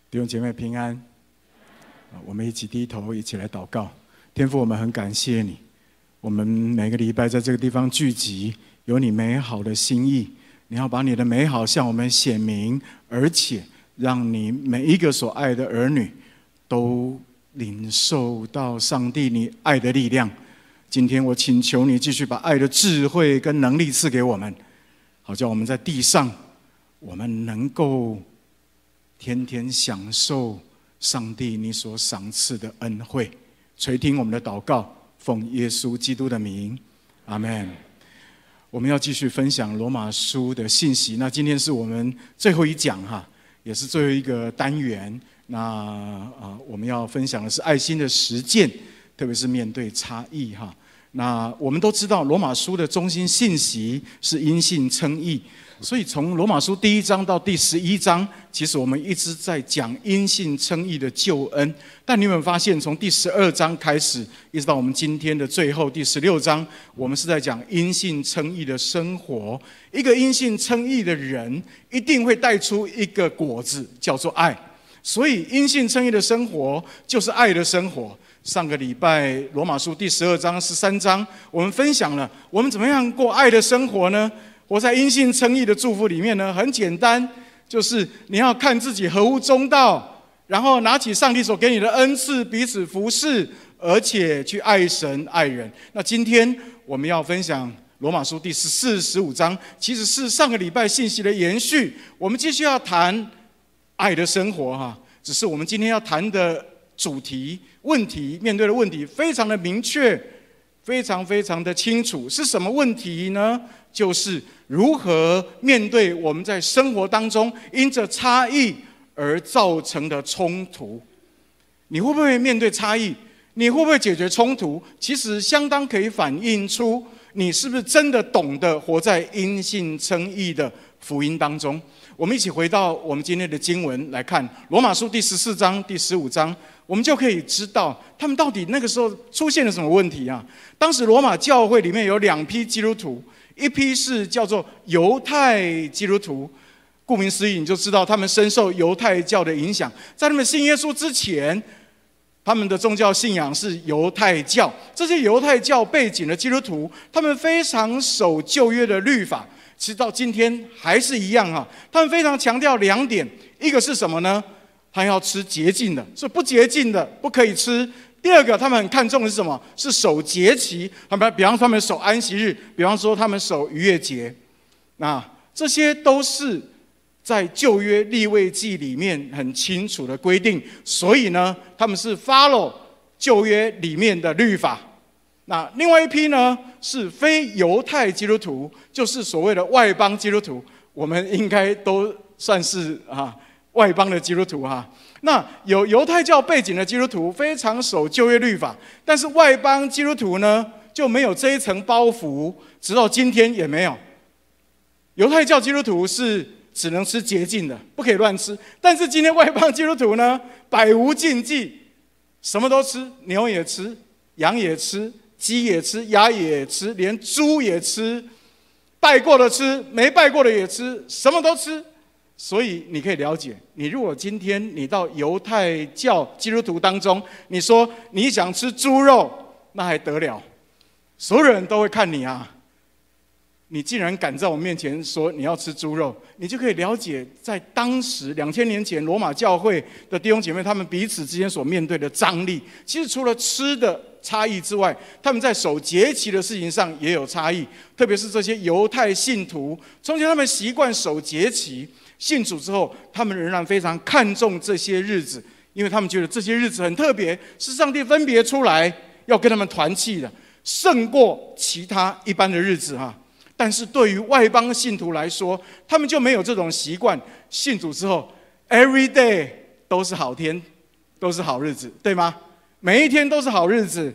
弟兄姐妹平安，我们一起低头，一起来祷告。天父，我们很感谢你，我们每个礼拜在这个地方聚集，有你美好的心意，你要把你的美好向我们显明，而且让你每一个所爱的儿女都领受到上帝你爱的力量。今天我请求你继续把爱的智慧跟能力赐给我们，好叫我们在地上，我们能够天天享受上帝你所赏赐的恩惠。垂听我们的祷告，奉耶稣基督的名，阿们。我们要继续分享罗马书的信息。那今天是我们最后一讲哈，也是最后一个单元。那我们要分享的是爱心的实践，特别是面对差异哈。那我们都知道罗马书的中心信息是因信称义，所以从罗马书第1章到第11章，其实我们一直在讲因信称义的救恩。但你有没有发现，从第12章开始，一直到我们今天的最后第16章，我们是在讲因信称义的生活。一个因信称义的人，一定会带出一个果子，叫做爱。所以因信称义的生活就是爱的生活。上个礼拜罗马书第12章13章，我们分享了我们怎么样过爱的生活呢？活在因信称义的祝福里面呢，很简单，就是你要看自己合乎中道，然后拿起上帝所给你的恩赐，彼此服侍，而且去爱神爱人。那今天我们要分享罗马书第14、15章，其实是上个礼拜信息的延续。我们继续要谈爱的生活哈，只是我们今天要谈的主题、问题、面对的问题非常的明确，非常非常的清楚。是什么问题呢？就是如何面对我们在生活当中因着差异而造成的冲突。你会不会面对差异？你会不会解决冲突？其实相当可以反映出你是不是真的懂得活在因信称义的福音当中。我们一起回到我们今天的经文来看罗马书第14章、第15章，我们就可以知道他们到底那个时候出现了什么问题啊。当时罗马教会里面有2批基督徒，一批是叫做犹太基督徒，顾名思义你就知道他们深受犹太教的影响。在他们信耶稣之前，他们的宗教信仰是犹太教。这些犹太教背景的基督徒，他们非常守旧约的律法，其实到今天还是一样哈。他们非常强调2点，一个是什么呢？他要吃洁净的，所以不洁净的不可以吃。第二个，他们很看重的是什么？是守节期。比方说他们守安息日，比方说他们守逾越节。那这些都是在旧约利未记里面很清楚的规定，所以呢，他们是 follow 旧约里面的律法。那另外一批呢，是非犹太基督徒，就是所谓的外邦基督徒。我们应该都算是外邦的基督徒哈。那有犹太教背景的基督徒非常守旧约律法，但是外邦基督徒呢就没有这一层包袱，直到今天也没有。犹太教基督徒是只能吃洁净的，不可以乱吃，但是今天外邦基督徒呢，百无禁忌，什么都吃，牛也吃，羊也吃，鸡也吃，鸭也吃，连猪也吃，拜过的吃，没拜过的也吃，什么都吃。所以你可以了解，你如果今天你到犹太教基督徒当中，你说你想吃猪肉，那还得了？所有人都会看你啊！你竟然敢在我面前说你要吃猪肉，你就可以了解，在当时2000年前罗马教会的弟兄姐妹，他们彼此之间所面对的张力，其实除了吃的差异之外，他们在守节期的事情上也有差异。特别是这些犹太信徒，从前他们习惯守节期，信主之后，他们仍然非常看重这些日子，因为他们觉得这些日子很特别，是上帝分别出来要跟他们团契的，胜过其他一般的日子哈。但是对于外邦信徒来说，他们就没有这种习惯。信主之后 ，every day 都是好天，都是好日子，对吗？每一天都是好日子，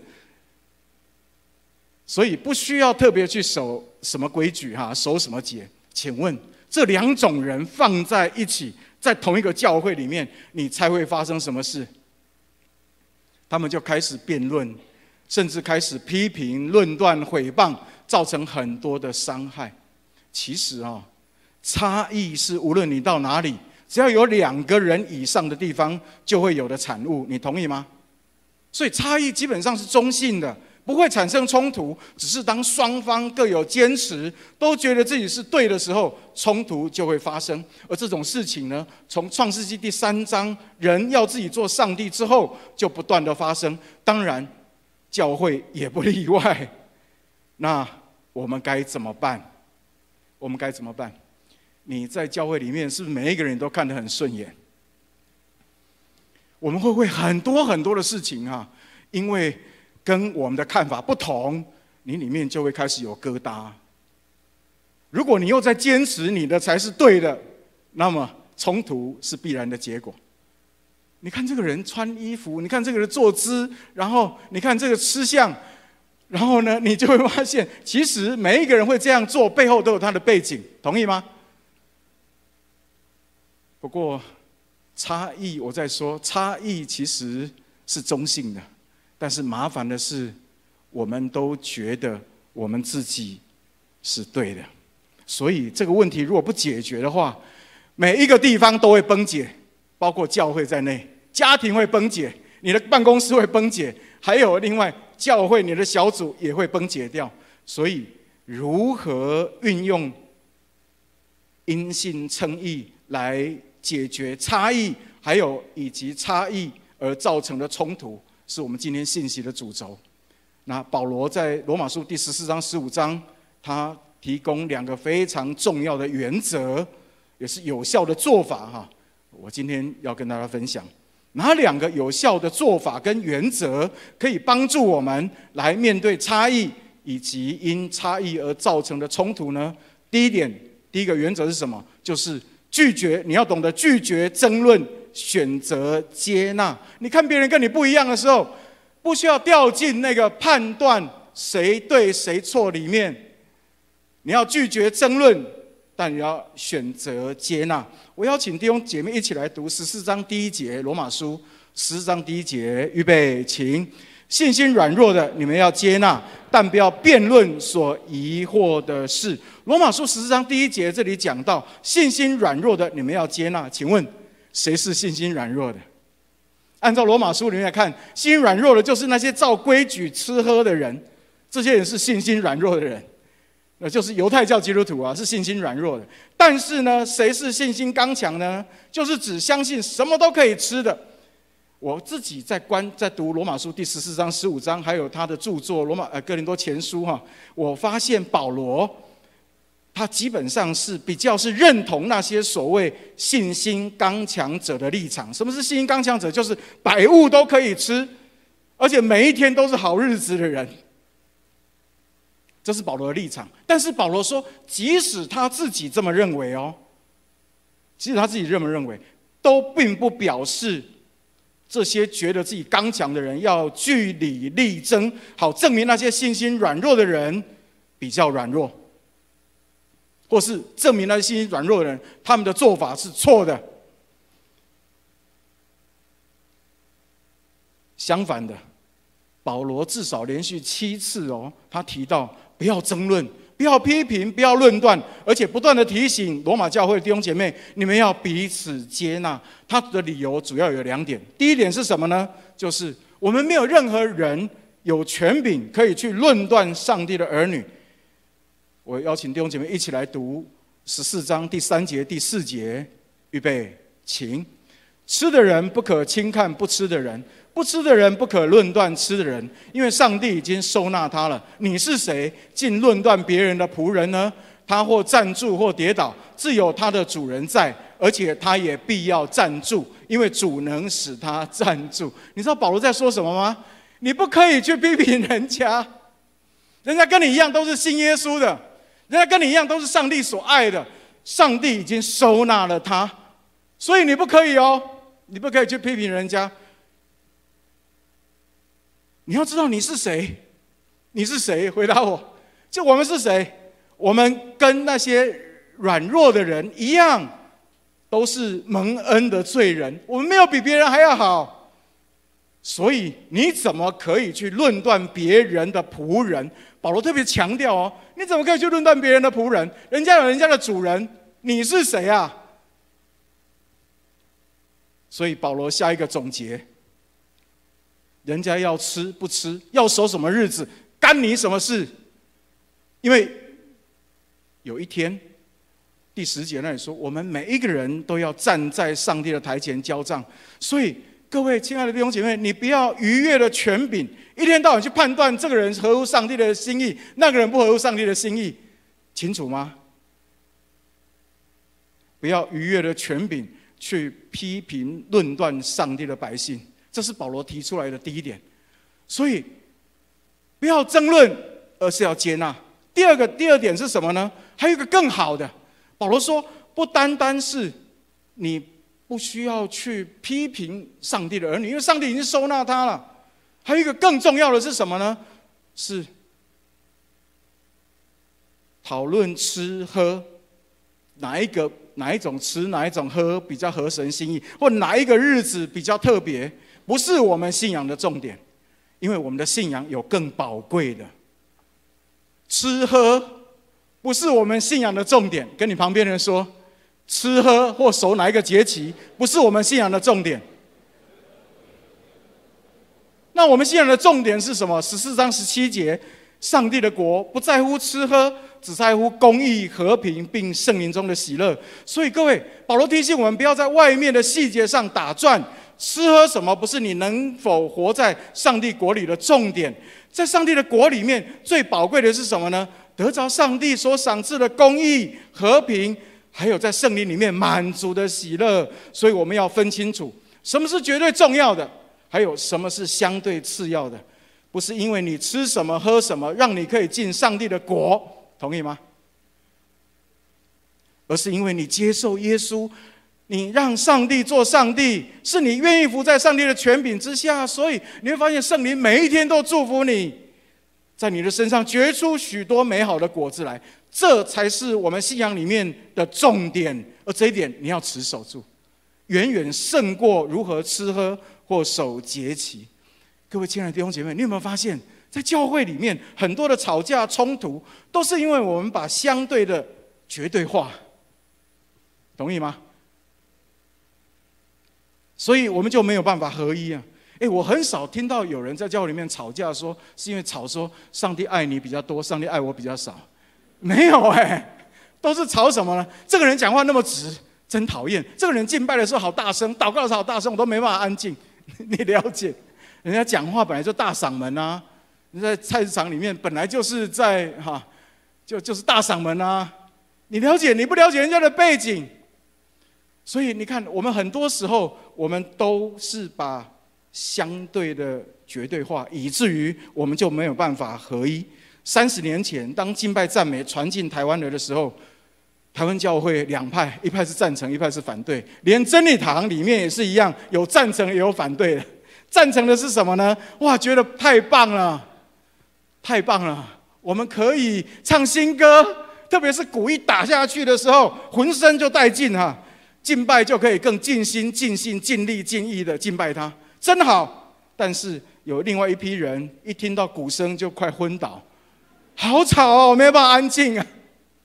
所以不需要特别去守什么规矩哈，守什么节。请问这2种人放在一起，在同一个教会里面，你猜会发生什么事？他们就开始辩论，甚至开始批评、论断、毁谤，造成很多的伤害。其实差异是无论你到哪里， 只要有2个人以上的地方，就会有的产物。你同意吗？所以差异基本上是中性的，不会产生冲突，只是当双方各有坚持，都觉得自己是对的时候，冲突就会发生。而这种事情呢，从创世纪第3章，人要自己做上帝之后，就不断的发生。当然，教会也不例外。那我们该怎么办？我们该怎么办？你在教会里面，是不是每一个人都看得很顺眼？我们会不会很多很多的事情啊，因为跟我们的看法不同，你里面就会开始有疙瘩。如果你又在坚持你的才是对的，那么冲突是必然的结果。你看这个人穿衣服，你看这个人坐姿，然后你看这个吃相，然后呢，你就会发现，其实每一个人会这样做，背后都有他的背景，同意吗？不过差异，我在说差异其实是中性的，但是麻烦的是，我们都觉得我们自己是对的，所以这个问题如果不解决的话，每一个地方都会崩解，包括教会在内，家庭会崩解，你的办公室会崩解，还有另外教会你的小组也会崩解掉。所以，如何运用因信称义来解决差异，还有以及差异而造成的冲突，是我们今天信息的主轴。那保罗在罗马书第14章、15章，他提供2个非常重要的原则，也是有效的做法哈。我今天要跟大家分享哪2个有效的做法跟原则，可以帮助我们来面对差异以及因差异而造成的冲突呢？第一个原则是什么？就是拒绝，你要懂得拒绝争论，选择接纳。你看别人跟你不一样的时候，不需要掉进那个判断谁对谁错里面。你要拒绝争论，但你要选择接纳。我邀请弟兄姐妹一起来读14章第1节，罗马书14章第1节，预备，请。信心软弱的，你们要接纳，但不要辩论所疑惑的事。罗马书14章第1节这里讲到，信心软弱的，你们要接纳。请问，谁是信心软弱的？按照罗马书里面来看，信心软弱的就是那些照规矩吃喝的人，这些人是信心软弱的人，那就是犹太教基督徒啊，是信心软弱的。但是呢，谁是信心刚强呢？就是只相信什么都可以吃的。我自己在读罗马书第14章、15章，还有他的著作哥林多前书哈，我发现保罗他基本上是比较是认同那些所谓信心刚强者的立场。什么是信心刚强者？就是百物都可以吃，而且每一天都是好日子的人。这是保罗的立场。但是保罗说，即使他自己这么认为哦，即使他自己这么认为，都并不表示这些觉得自己刚强的人要据理力争，好证明那些信心软弱的人比较软弱，或是证明那些信心软弱的人他们的做法是错的。相反的，保罗至少连续7次哦，他提到不要争论，不要批评，不要论断，而且不断的提醒罗马教会的弟兄姐妹，你们要彼此接纳。他的理由主要有2点。第一点是什么呢？就是我们没有任何人有权柄可以去论断上帝的儿女。我邀请弟兄姐妹一起来读14章第3节、第4节，预备，请。吃的人不可轻看不吃的人，不吃的人不可论断吃的人，因为上帝已经收纳他了。你是谁，竟论断别人的仆人呢？他或站住或跌倒，自有他的主人在，而且他也必要站住，因为主能使他站住。你知道保罗在说什么吗？你不可以去批评人家，人家跟你一样都是信耶稣的，人家跟你一样都是上帝所爱的，上帝已经收纳了他，所以你不可以哦，你不可以去批评人家。你要知道你是谁，你是谁？回答我，就我们是谁？我们跟那些软弱的人一样，都是蒙恩的罪人，我们没有比别人还要好。所以你怎么可以去论断别人的仆人？保罗特别强调哦，你怎么可以去论断别人的仆人？人家有人家的主人，你是谁啊？ 所以保罗下一个总结：人家要吃不吃，要守什么日子，干你什么事？因为有一天，第10节那里说，我们每一个人都要站在上帝的台前交账。所以各位亲爱的弟兄姐妹，你不要逾越了权柄，一天到晚去判断这个人合乎上帝的心意，那个人不合乎上帝的心意，清楚吗？不要逾越了权柄去批评论断上帝的百姓，这是保罗提出来的第一点。所以不要争论，而是要接纳。第二点是什么呢？还有一个更好的，保罗说，不单单是你不需要去批评上帝的儿女，因为上帝已经收纳他了。还有一个更重要的是什么呢？是讨论吃喝，哪一种吃，哪一种喝比较合神心意，或哪一个日子比较特别，不是我们信仰的重点，因为我们的信仰有更宝贵的。吃喝不是我们信仰的重点，跟你旁边人说，吃喝或守哪一个节期不是我们信仰的重点。那我们信仰的重点是什么？14章17节，上帝的国不在乎吃喝，只在乎公义、和平，并圣灵中的喜乐。所以各位，保罗提醒我们不要在外面的细节上打转，吃喝什么不是你能否活在上帝国里的重点。在上帝的国里面，最宝贵的是什么呢？得着上帝所赏赐的公义、和平，还有在圣灵里面满足的喜乐。所以我们要分清楚，什么是绝对重要的，还有什么是相对次要的。不是因为你吃什么喝什么，让你可以进上帝的国，同意吗？而是因为你接受耶稣，你让上帝做上帝，是你愿意服在上帝的权柄之下，所以你会发现圣灵每一天都祝福你，在你的身上结出许多美好的果子来。这才是我们信仰里面的重点，而这一点你要持守住，远远胜过如何吃喝或守节期。各位亲爱的弟兄姐妹，你有没有发现，在教会里面很多的吵架冲突，都是因为我们把相对的绝对化，同意吗？所以我们就没有办法合一啊！我很少听到有人在教会里面吵架说是因为吵说上帝爱你比较多，上帝爱我比较少，没有都是吵什么呢？这个人讲话那么直，真讨厌；这个人敬拜的时候好大声，祷告的时候好大声，我都没办法安静。你了解？人家讲话本来就大嗓门啊，你在菜市场里面本来就是在就是大嗓门啊。你了解？你不了解人家的背景，所以你看，我们很多时候我们都是把相对的绝对化，以至于我们就没有办法合一。30年前，当敬拜赞美传进台湾来的时候，台湾教会两派，一派是赞成，一派是反对，连真理堂里面也是一样，有赞成也有反对的。赞成的是什么呢？哇，觉得太棒了，太棒了！我们可以唱新歌，特别是鼓一打下去的时候，浑身就带劲哈，敬拜就可以更尽心、尽性、尽力、尽意的敬拜他，真好。但是有另外一批人，一听到鼓声就快昏倒，好吵哦，没有办法安静啊。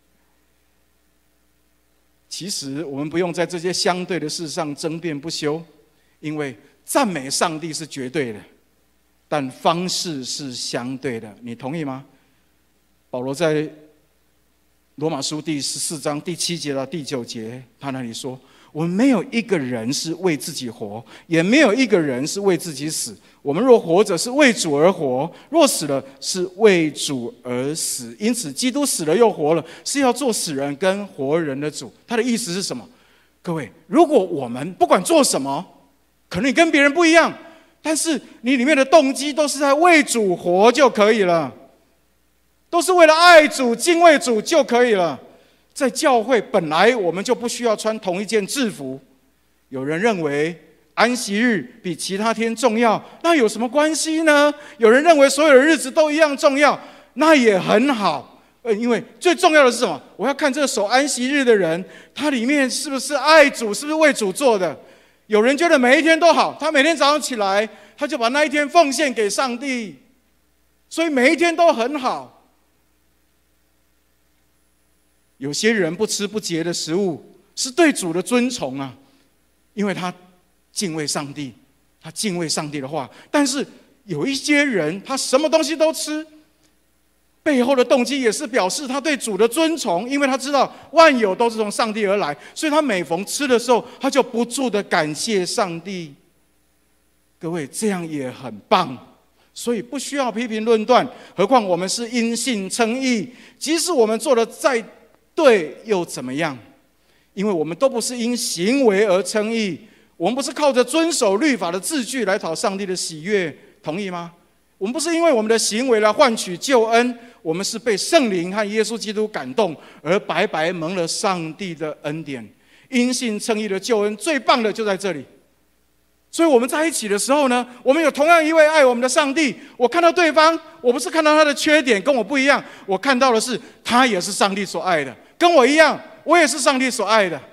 其实我们不用在这些相对的事上争辩不休，因为赞美上帝是绝对的，但方式是相对的，你同意吗？保罗在罗马书第14章第7节到第9节，他那里说：我们没有一个人是为自己活，也没有一个人是为自己死。我们若活着，是为主而活；若死了，是为主而死。因此，基督死了又活了，是要做死人跟活人的主。他的意思是什么？各位，如果我们不管做什么，可能你跟别人不一样，但是你里面的动机都是在为主活就可以了，都是为了爱主、敬畏主就可以了。在教会本来我们就不需要穿同一件制服，有人认为安息日比其他天重要，那有什么关系呢？有人认为所有的日子都一样重要，那也很好。因为最重要的是什么？我要看这个守安息日的人，他里面是不是爱主，是不是为主做的。有人觉得每一天都好，他每天早上起来，他就把那一天奉献给上帝，所以每一天都很好。有些人不吃不洁的食物，是对主的尊崇啊，因为他敬畏上帝，他敬畏上帝的话。但是有一些人，他什么东西都吃，背后的动机也是表示他对主的尊崇，因为他知道万有都是从上帝而来，所以他每逢吃的时候，他就不住的感谢上帝。各位，这样也很棒，所以不需要批评论断。何况我们是因信称义，即使我们做的再对又怎么样？因为我们都不是因行为而称义，我们不是靠着遵守律法的字句来讨上帝的喜悦，同意吗？我们不是因为我们的行为来换取救恩，我们是被圣灵和耶稣基督感动，而白白蒙了上帝的恩典。因信称义的救恩最棒的就在这里。所以我们在一起的时候呢，我们有同样一位爱我们的上帝。我看到对方，我不是看到他的缺点跟我不一样，我看到的是他也是上帝所爱的，跟我一样，我也是上帝所爱的。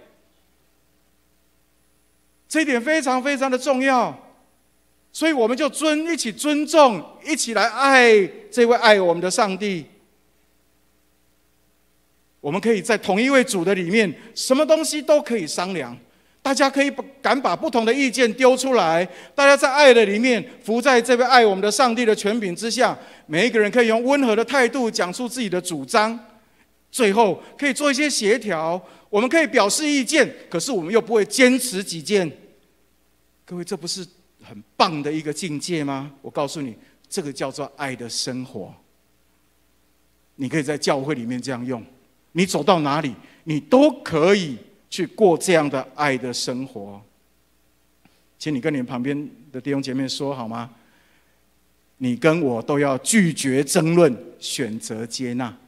这一点非常非常的重要，所以我们就一起尊重，一起来爱这位爱我们的上帝。我们可以在同一位主的里面，什么东西都可以商量，大家可以敢把不同的意见丢出来，大家在爱的里面服在这位爱我们的上帝的权柄之下，每一个人可以用温和的态度讲出自己的主张，最后可以做一些协调。我们可以表示意见，可是我们又不会坚持己见。各位，这不是很棒的一个境界吗？我告诉你，这个叫做爱的生活。你可以在教会里面这样用，你走到哪里，你都可以去过这样的爱的生活。请你跟你旁边的弟兄姐妹说好吗？你跟我都要拒绝争论，选择接纳。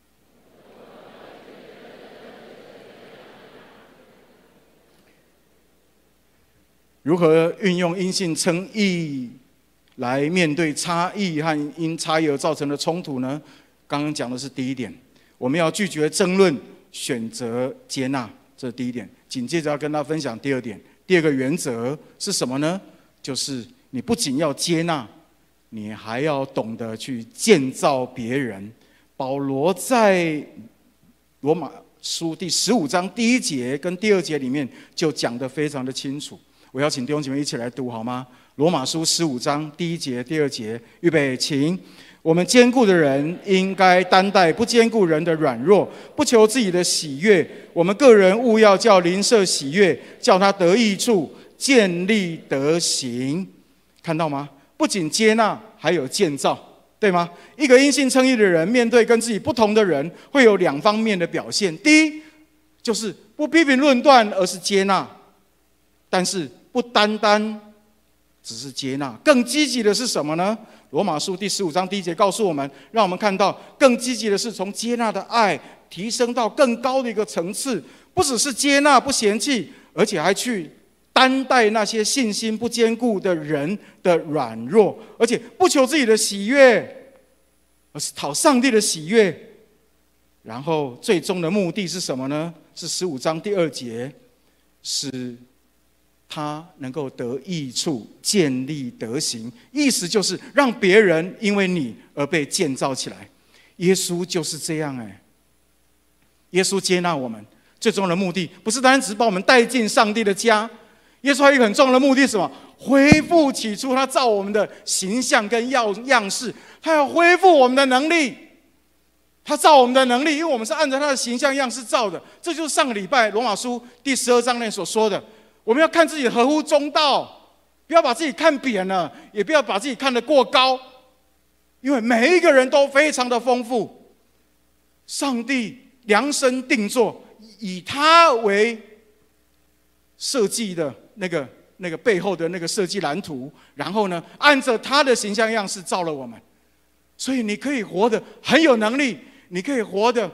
如何运用因信称义来面对差异和因差异而造成的冲突呢？刚刚讲的是第一点，我们要拒绝争论，选择接纳，这是第一点。紧接着要跟大家分享第二点，第二个原则是什么呢？就是你不仅要接纳，你还要懂得去建造别人。保罗在罗马书第15章第1节跟第2节里面就讲得非常的清楚。我邀请弟兄姐妹一起来读好吗？罗马书15章第1节、第2节，预备，请。我们坚固的人应该担待不坚固人的软弱，不求自己的喜悦。我们个人务要叫邻舍喜悦，叫他得益处，建立德行。看到吗？不仅接纳，还有建造，对吗？一个因信称义的人，面对跟自己不同的人，会有2方面的表现。第一，就是不批评论断，而是接纳。但是不单单只是接纳，更积极的是什么呢？罗马书第15章第1节告诉我们，让我们看到更积极的是从接纳的爱提升到更高的一个层次，不只是接纳不嫌弃，而且还去担待那些信心不坚固的人的软弱，而且不求自己的喜悦，而是讨上帝的喜悦。然后最终的目的是什么呢？是15章第2节，使他能够得益处，建立德行，意思就是让别人因为你而被建造起来。耶稣就是这样耶稣接纳我们，最终的目的不是单单只是把我们带进上帝的家，耶稣还有一个很重要的目的是什么？恢复起初他造我们的形象跟样式，他要恢复我们的能力。他造我们的能力，因为我们是按照他的形象样式造的。这就是上个礼拜罗马书第12章内所说的，我们要看自己合乎中道，不要把自己看扁了，也不要把自己看得过高，因为每一个人都非常的丰富。上帝量身定做，以他为设计的那个背后的那个设计蓝图，然后呢，按照他的形象样式造了我们。所以你可以活得很有能力，你可以活得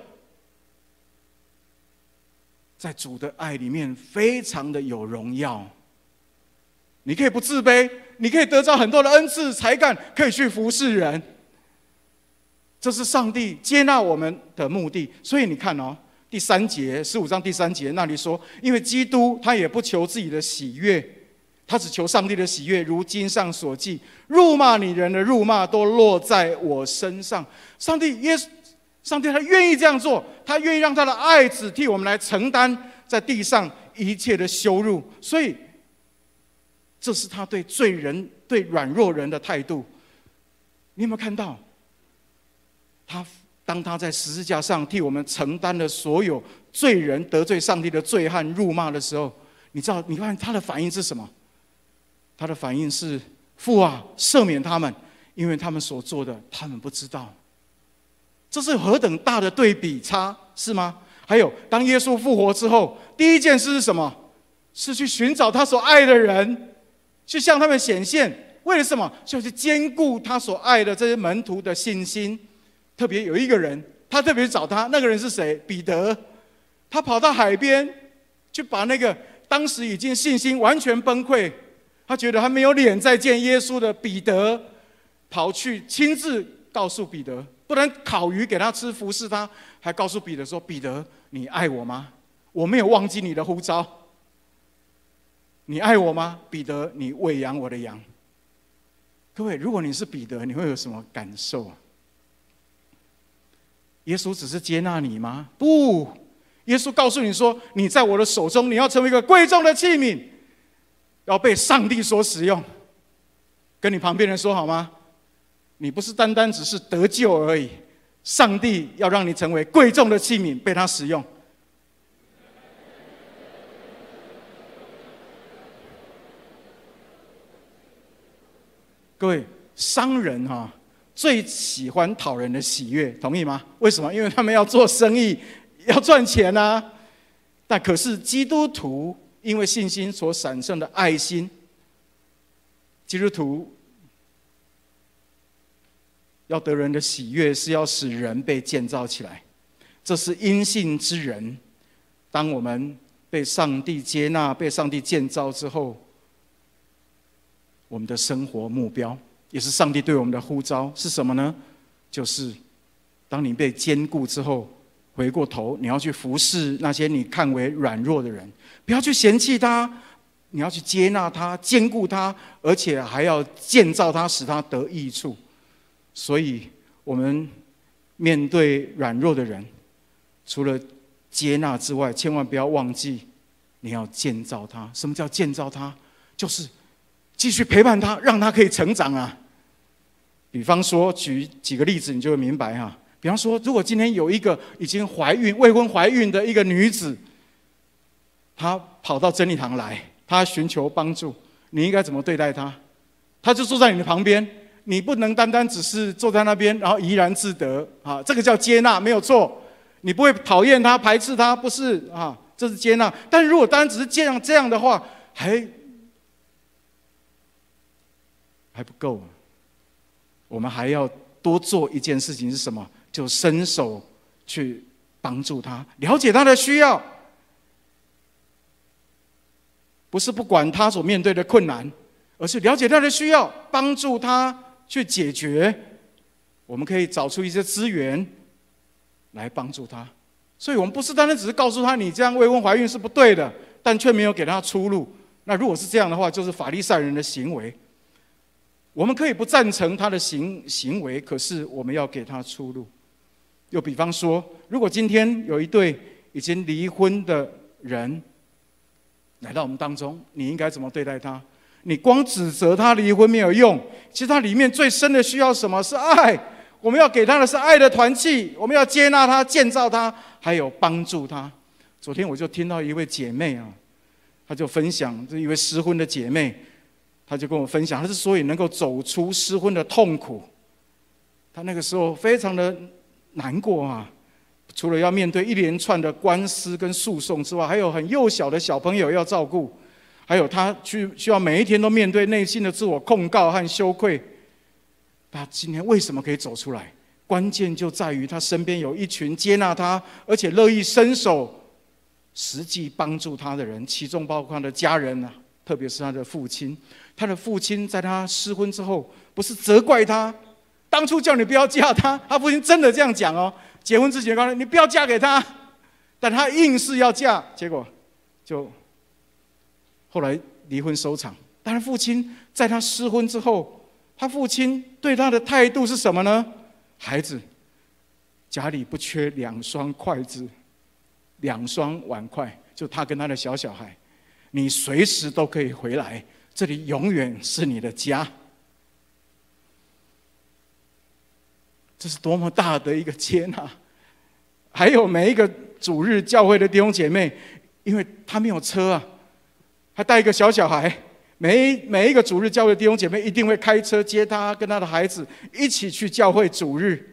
在主的爱里面非常的有荣耀。你可以不自卑，你可以得到很多的恩赐才干，可以去服侍人。这是上帝接纳我们的目的。所以你看第3节15章第3节那里说，因为基督他也不求自己的喜悦，他只求上帝的喜悦。如经上所记，辱骂你人的辱骂都落在我身上。上帝他愿意这样做，他愿意让他的爱子替我们来承担在地上一切的羞辱。所以这是他对罪人、对软弱人的态度。你有没有看到？当他在十字架上替我们承担了所有罪人得罪上帝的罪和辱骂的时候，你看他的反应是什么？他的反应是：父啊，赦免他们，因为他们所做的，他们不知道。这是何等大的对比差，是吗？还有，当耶稣复活之后，第一件事是什么？是去寻找他所爱的人，去向他们显现。为了什么？就是兼顾他所爱的这些门徒的信心。特别有一个人，他特别找他，那个人是谁？彼得。他跑到海边，去把那个当时已经信心完全崩溃，他觉得他没有脸再见耶稣的彼得，跑去亲自告诉彼得，不然烤鱼给他吃，服侍他，还告诉彼得说：“彼得，你爱我吗？我没有忘记你的呼召。你爱我吗？彼得，你喂养我的羊。”各位，如果你是彼得，你会有什么感受啊？耶稣只是接纳你吗？不，耶稣告诉你说：“你在我的手中，你要成为一个贵重的器皿，要被上帝所使用。”跟你旁边人说好吗？你不是单单只是得救而已，上帝要让你成为贵重的器皿，被他使用。各位，商人最喜欢讨人的喜悦，同意吗？为什么？因为他们要做生意，要赚钱啊。但可是基督徒因为信心所产生的爱心，基督徒要得人的喜悦，是要使人被建造起来。这是因信之人。当我们被上帝接纳、被上帝建造之后，我们的生活目标，也是上帝对我们的呼召是什么呢？就是当你被兼顾之后，回过头你要去服侍那些你看为软弱的人，不要去嫌弃他，你要去接纳他、兼顾他，而且还要建造他，使他得益处。所以我们面对软弱的人，除了接纳之外，千万不要忘记你要建造他。什么叫建造他？就是继续陪伴他，让他可以成长啊。比方说，举几个例子，你就会明白哈。比方说，如果今天有一个已经未婚怀孕的一个女子，她跑到真理堂来，她寻求帮助，你应该怎么对待她？她就坐在你的旁边，你不能单单只是坐在那边，然后怡然自得啊，这个叫接纳，没有错。你不会讨厌她、排斥她，不是啊，这是接纳。但如果单只是这样的话，还不够，我们还要多做一件事情是什么？就伸手去帮助他，了解他的需要，不是不管他所面对的困难，而是了解他的需要，帮助他去解决。我们可以找出一些资源来帮助他。所以我们不是单单只是告诉他你这样未婚怀孕是不对的，但却没有给他出路。那如果是这样的话，就是法利赛人的行为。我们可以不赞成他的行为，可是我们要给他出路。又比方说，如果今天有一对已经离婚的人来到我们当中，你应该怎么对待他？你光指责他离婚没有用，其实他里面最深的需要什么？是爱。我们要给他的是爱的团契，我们要接纳他、建造他，还有帮助他。昨天我就听到一位姐妹她就分享，这一位失婚的姐妹，她就跟我分享，她之所以能够走出失婚的痛苦，她那个时候非常的难过除了要面对一连串的官司跟诉讼之外，还有很幼小的小朋友要照顾，还有她需要每一天都面对内心的自我控告和羞愧。她今天为什么可以走出来？关键就在于她身边有一群接纳她，而且乐意伸手实际帮助她的人，其中包括她的家人特别是她的父亲。她的父亲在她失婚之后，不是责怪她，当初叫你不要嫁他，她父亲真的这样讲结婚之前告诉你不要嫁给他，但她硬是要嫁，结果就后来离婚收场。但是父亲在她失婚之后，他父亲对他的态度是什么呢？孩子，家里不缺2双筷子、2双碗筷，就他跟他的小孩，你随时都可以回来， 这里永远是你的家。这是多么大的一个接纳！还有每一个主日教会的弟兄姐妹，因为他没有车啊，他带一个小孩，每一个主日教会的弟兄姐妹一定会开车接他跟他的孩子一起去教会主日。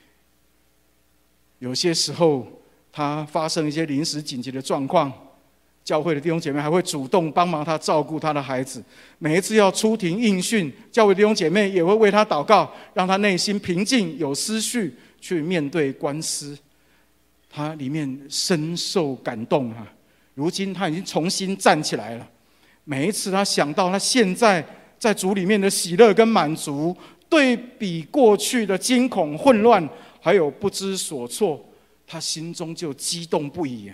有些时候他发生一些临时紧急的状况，教会的弟兄姐妹还会主动帮忙他照顾他的孩子。每一次要出庭应讯，教会的弟兄姐妹也会为他祷告，让他内心平静，有思绪去面对官司。他里面深受感动啊！如今他已经重新站起来了。每一次他想到他现在在主里面的喜乐跟满足，对比过去的惊恐、混乱，还有不知所措，他心中就激动不已。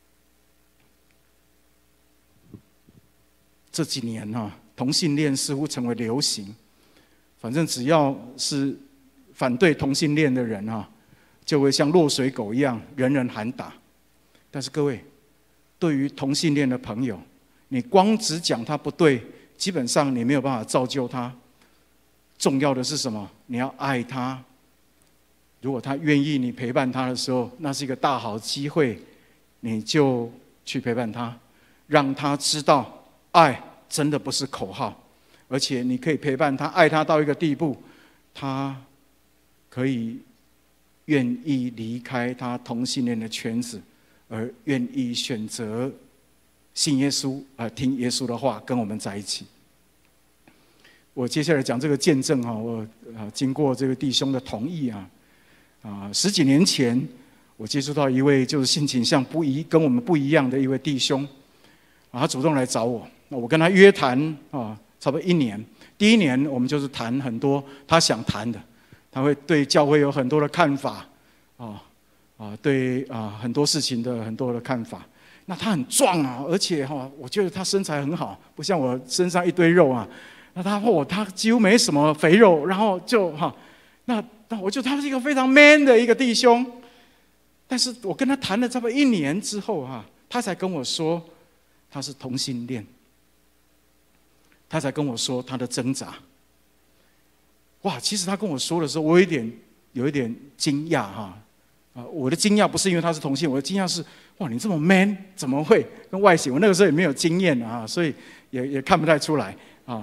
这几年同性恋似乎成为流行，反正只要是反对同性恋的人就会像落水狗一样，人人喊打。但是各位，对于同性恋的朋友，你光只讲他不对，基本上你没有办法造就他。重要的是什么？你要爱他。如果他愿意你陪伴他的时候，那是一个大好机会，你就去陪伴他，让他知道爱真的不是口号，而且你可以陪伴他，爱他到一个地步，他可以愿意离开他同性恋的圈子，而愿意选择信耶稣，听耶稣的话，跟我们在一起。我接下来讲这个见证我经过这个弟兄的同意十几年前，我接触到一位就是性倾向跟我们不一样的一位弟兄，他主动来找我，我跟他约谈差不多1年。第一年我们就是谈很多他想谈的，他会对教会有很多的看法对很多事情的很多的看法。那他很壮而且我觉得他身材很好，不像我身上一堆肉那他几乎没什么肥肉，然后就那我觉得他是一个非常 man 的一个弟兄。但是我跟他谈了差不多1年之后他才跟我说他是同性恋，他才跟我说他的挣扎。哇，其实他跟我说的时候，我有一点惊讶我的惊讶不是因为他是同性，我的惊讶是哇，你这么 man， 怎么会跟外形？我那个时候也没有经验所以也看不太出来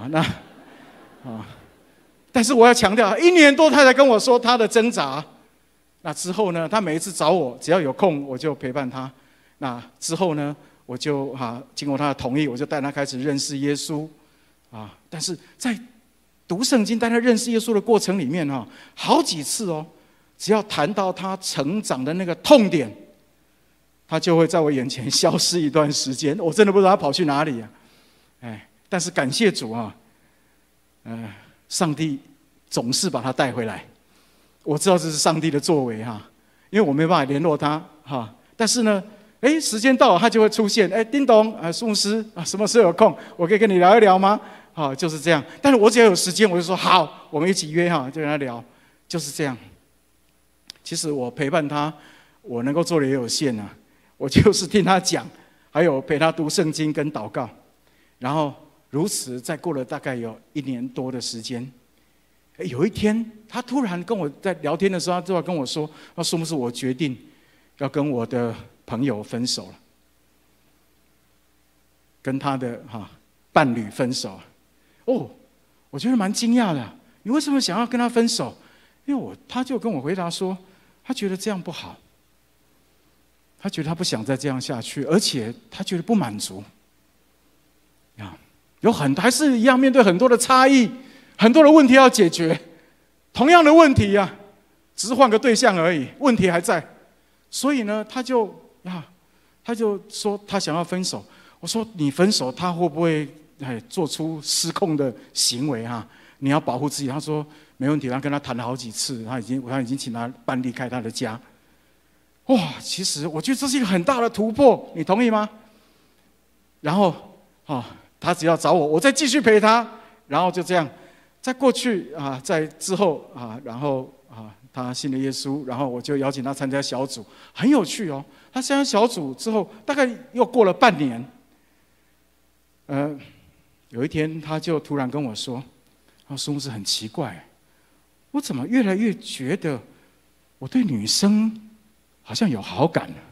但是我要强调，1年多他才跟我说他的挣扎。那之后呢，他每一次找我，只要有空我就陪伴他。那之后呢，我就经过他的同意，我就带他开始认识耶稣但是在读圣经带他认识耶稣的过程里面好几次只要谈到他成长的那个痛点，他就会在我眼前消失一段时间，我真的不知道他跑去哪里但是感谢主上帝总是把他带回来。我知道这是上帝的作为因为我没办法联络他但是呢时间到了他就会出现，叮咚牧师什么时候有空，我可以跟你聊一聊吗？就是这样。但是我只要有时间我就说好，我们一起约就跟他聊，就是这样。其实我陪伴他，我能够做的也有限我就是听他讲，还有陪他读圣经跟祷告。然后如此再过了大概有1年多的时间，有一天他突然跟我在聊天的时候，他突然跟我说是不是我决定要跟我的朋友分手了，跟他的伴侣分手我觉得蛮惊讶的。你为什么想要跟他分手？因为他就跟我回答说，他觉得这样不好，他觉得他不想再这样下去，而且他觉得不满足还是一样面对很多的差异，很多的问题要解决，同样的问题只是换个对象而已，问题还在。所以呢，他就说他想要分手。我说你分手，他会不会做出失控的行为你要保护自己。他说没问题，他跟他谈了好几次，他已经请他搬离开他的家。哇，其实我觉得这是一个很大的突破，你同意吗？然后他只要找我，我再继续陪他，然后就这样。在过去在之后然后他信了耶稣，然后我就邀请他参加小组，很有趣他参加小组之后，大概又过了半年， 有一天，他就突然跟我说：“苏牧师很奇怪，我怎么越来越觉得我对女生好像有好感了？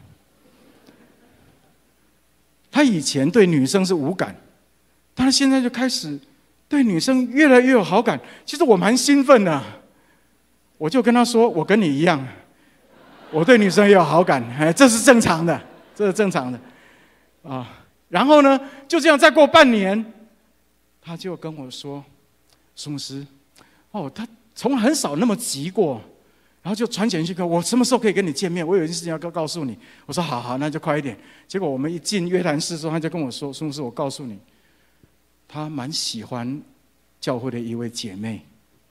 他以前对女生是无感，但是现在就开始对女生越来越有好感。其实我蛮兴奋的，我就跟他说：我跟你一样，我对女生也有好感，这是正常的，这是正常的啊。然后呢，就这样再过半年，他就跟我说：苏牧师，他从很少那么急过。”然后就传简讯给我什么时候可以跟你见面？我有一件事情要告诉你。我说好，那就快一点。结果我们一进约谈室之后，他就跟我说：“苏牧师，我告诉你，他蛮喜欢教会的一位姐妹。”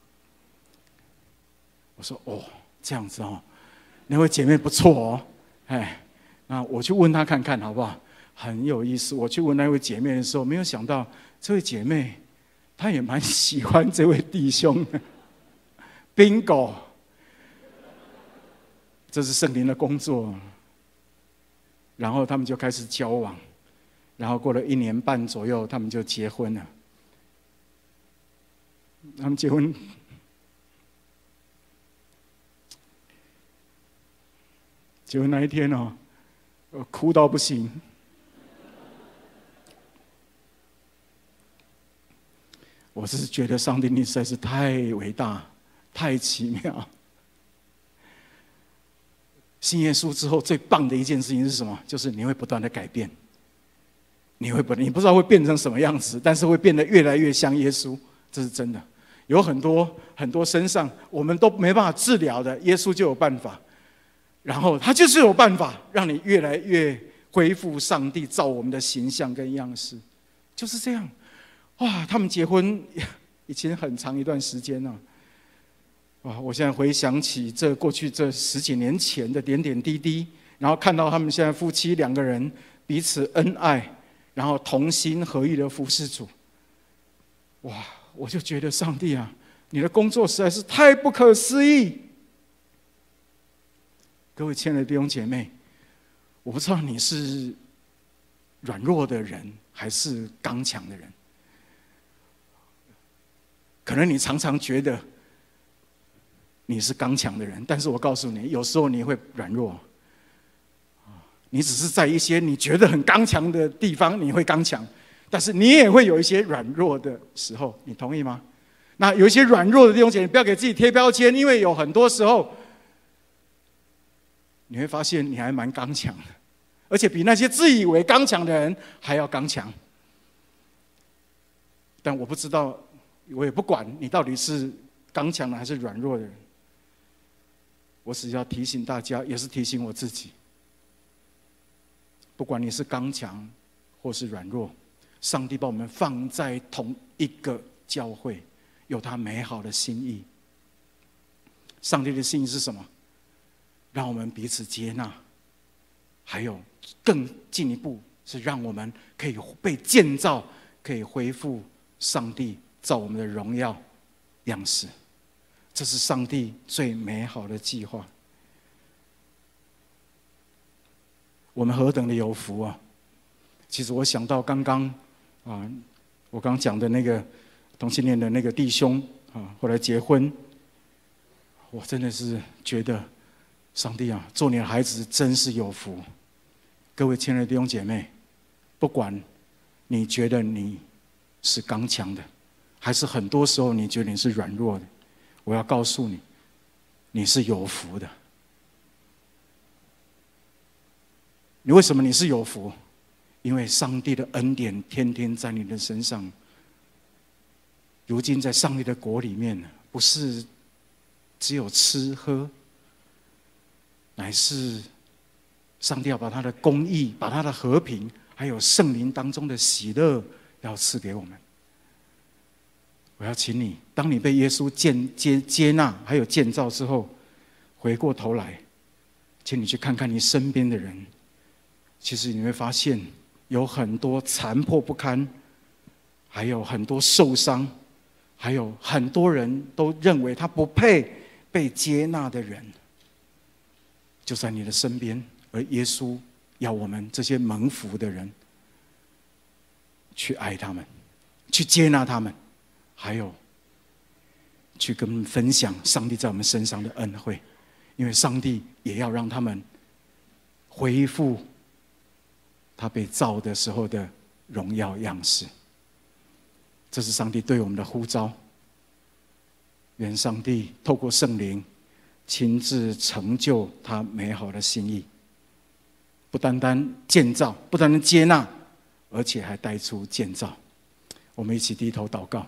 我说：“这样子那位姐妹不错那我去问她看看好不好？很有意思。我去问那位姐妹的时候，没有想到这位姐妹她也蛮喜欢这位弟兄的。bingo。”这是圣灵的工作，然后他们就开始交往，然后过了1年半左右，他们就结婚了。他们结婚，那一天哭到不行。我是觉得上帝你实在是太伟大，太奇妙。信耶稣之后最棒的一件事情是什么？就是你会不断的改变，你不知道会变成什么样子，但是会变得越来越像耶稣，这是真的。有很多身上我们都没办法治疗的，耶稣就有办法，然后他就是有办法让你越来越恢复上帝造我们的形象跟样式，就是这样。哇，他们结婚已经很长一段时间了。我现在回想起过去这10几年前的点点滴滴，然后看到他们现在夫妻2个人彼此恩爱，然后同心合意的服侍主。哇，我就觉得上帝啊，你的工作实在是太不可思议。各位亲爱的弟兄姐妹，我不知道你是软弱的人还是刚强的人，可能你常常觉得你是刚强的人，但是我告诉你，有时候你会软弱。你只是在一些你觉得很刚强的地方你会刚强，但是你也会有一些软弱的时候，你同意吗？那有一些软弱的弟兄姐妹，不要给自己贴标签，因为有很多时候你会发现你还蛮刚强的，而且比那些自以为刚强的人还要刚强。但我不知道，我也不管你到底是刚强的还是软弱的人，我只要提醒大家，也是提醒我自己，不管你是刚强或是软弱，上帝把我们放在同一个教会，有他美好的心意。上帝的心意是什么？让我们彼此接纳，还有更进一步是让我们可以被建造，可以恢复上帝造我们的荣耀样式。这是上帝最美好的计划。我们何等的有福啊！其实我想到刚刚我刚讲的那个同性恋的那个弟兄后来结婚，我真的是觉得上帝啊，做你的孩子真是有福。各位亲爱的弟兄姐妹，不管你觉得你是刚强的，还是很多时候你觉得你是软弱的，我要告诉你，你是有福的。你为什么你是有福？因为上帝的恩典天天在你的身上。如今在上帝的国里面，不是只有吃喝，乃是上帝要把他的公义、把他的和平，还有圣灵当中的喜乐，要赐给我们。我要请你，当你被耶稣接纳还有建造之后，回过头来，请你去看看你身边的人。其实你会发现，有很多残破不堪，还有很多受伤，还有很多人都认为他不配被接纳的人，就在你的身边。而耶稣要我们这些蒙福的人去爱他们， 去接纳他们，还有去跟他们分享上帝在我们身上的恩惠，因为上帝也要让他们恢复他被造的时候的荣耀样式。这是上帝对我们的呼召。愿上帝透过圣灵亲自成就他美好的心意，不单单建造，不单单接纳，而且还带出建造。我们一起低头祷告。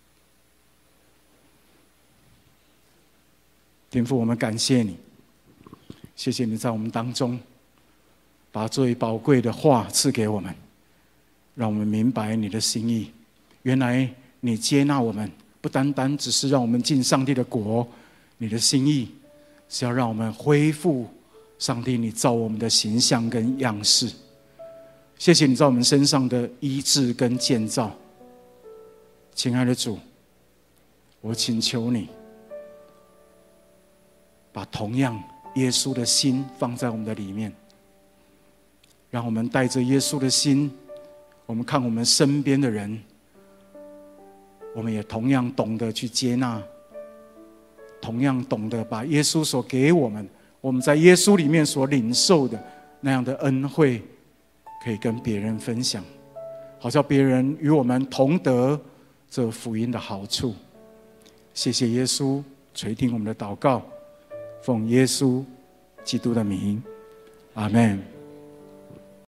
天父，我们感谢你，谢谢你在我们当中把最宝贵的话赐给我们，让我们明白你的心意。原来你接纳我们，不单单只是让我们进上帝的国，你的心意是要让我们恢复上帝你造我们的形象跟样式。谢谢你在我们身上的医治跟建造。亲爱的主，我请求你把同样耶稣的心放在我们的里面，让我们带着耶稣的心，我们看我们身边的人，我们也同样懂得去接纳，同样懂得把耶稣所给我们在耶稣里面所领受的那样的恩惠，可以跟别人分享，好叫别人与我们同得这福音的好处。谢谢耶稣垂听我们的祷告，奉耶稣基督的名，阿们。